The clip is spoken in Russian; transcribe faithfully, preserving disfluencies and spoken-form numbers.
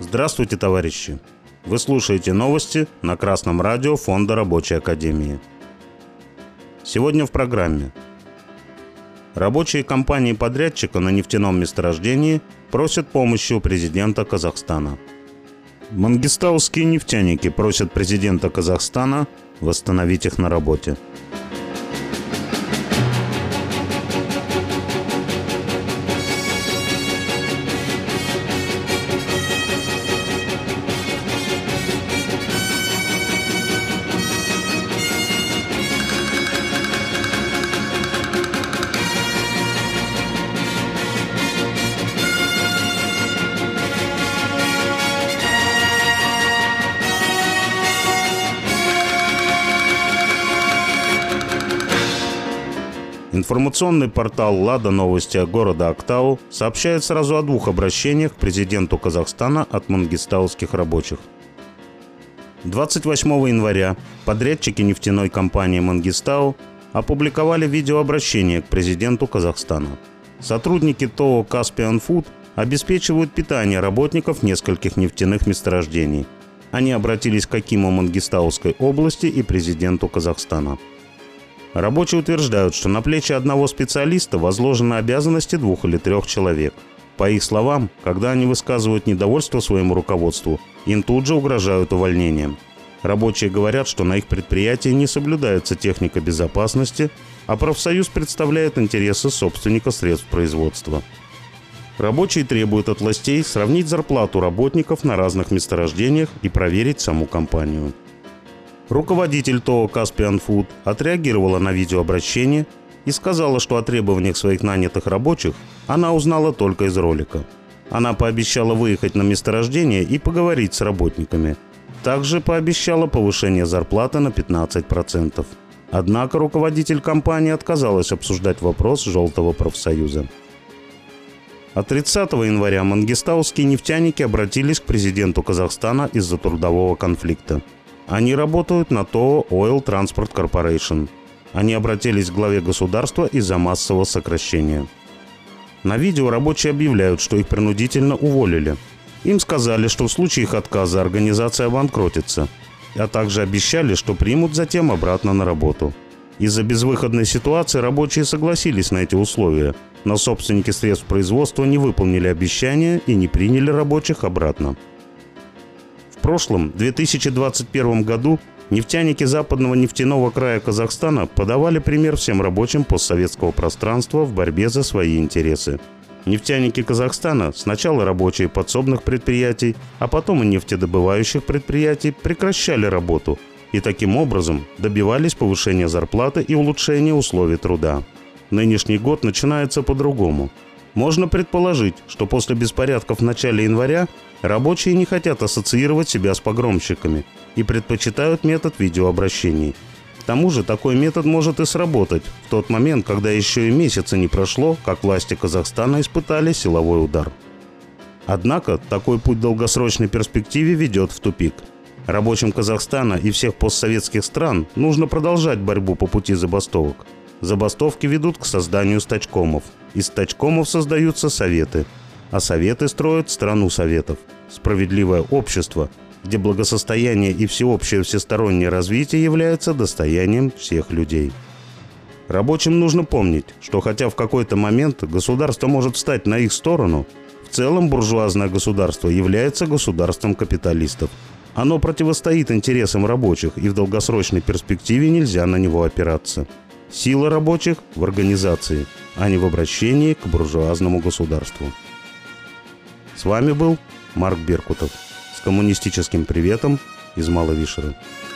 Здравствуйте, товарищи! Вы слушаете новости на Красном радио Фонда Рабочей Академии. Сегодня в программе. Рабочие компании-подрядчика на нефтяном месторождении просят помощи у президента Казахстана. Мангистауские нефтяники просят президента Казахстана восстановить их на работе. Информационный портал «Лада Новости» города Актау сообщает сразу о двух обращениях к президенту Казахстана от мангистауских рабочих. двадцать восьмого января подрядчики нефтяной компании «Мангистау» опубликовали видеообращение к президенту Казахстана. Сотрудники ТО «Каспиан Фуд» обеспечивают питание работников нескольких нефтяных месторождений. Они обратились к акиму Мангистауской области и президенту Казахстана. Рабочие утверждают, что на плечи одного специалиста возложены обязанности двух или трех человек. По их словам, когда они высказывают недовольство своему руководству, им тут же угрожают увольнением. Рабочие говорят, что на их предприятии не соблюдается техника безопасности, а профсоюз представляет интересы собственника средств производства. Рабочие требуют от властей сравнить зарплату работников на разных месторождениях и проверить саму компанию. Руководитель ТО «Каспиан Фуд» отреагировала на видеообращение и сказала, что о требованиях своих нанятых рабочих она узнала только из ролика. Она пообещала выехать на месторождение и поговорить с работниками. Также пообещала повышение зарплаты на пятнадцать процентов. Однако руководитель компании отказалась обсуждать вопрос желтого профсоюза. А тридцатого января мангистауские нефтяники обратились к президенту Казахстана из-за трудового конфликта. Они работают на ТО Oil Transport Corporation. Они обратились к главе государства из-за массового сокращения. На видео рабочие объявляют, что их принудительно уволили. Им сказали, что в случае их отказа организация обанкротится, а также обещали, что примут затем обратно на работу. Из-за безвыходной ситуации рабочие согласились на эти условия, но собственники средств производства не выполнили обещания и не приняли рабочих обратно. В прошлом, две тысячи двадцать первом году, нефтяники западного нефтяного края Казахстана подавали пример всем рабочим постсоветского пространства в борьбе за свои интересы. Нефтяники Казахстана, сначала рабочие подсобных предприятий, а потом и нефтедобывающих предприятий, прекращали работу и таким образом добивались повышения зарплаты и улучшения условий труда. Нынешний год начинается по-другому. Можно предположить, что после беспорядков в начале января рабочие не хотят ассоциировать себя с погромщиками и предпочитают метод видеообращений. К тому же такой метод может и сработать в тот момент, когда еще и месяца не прошло, как власти Казахстана испытали силовой удар. Однако такой путь в долгосрочной перспективе ведет в тупик. Рабочим Казахстана и всех постсоветских стран нужно продолжать борьбу по пути забастовок. Забастовки ведут к созданию стачкомов. Из стачкомов создаются советы, а советы строят страну советов, справедливое общество, где благосостояние и всеобщее всестороннее развитие является достоянием всех людей. Рабочим нужно помнить, что хотя в какой-то момент государство может встать на их сторону, в целом буржуазное государство является государством капиталистов. Оно противостоит интересам рабочих, и в долгосрочной перспективе нельзя на него опираться. Сила рабочих в организации, а не в обращении к буржуазному государству. С вами был Марк Беркутов с коммунистическим приветом из Малой Вишеры.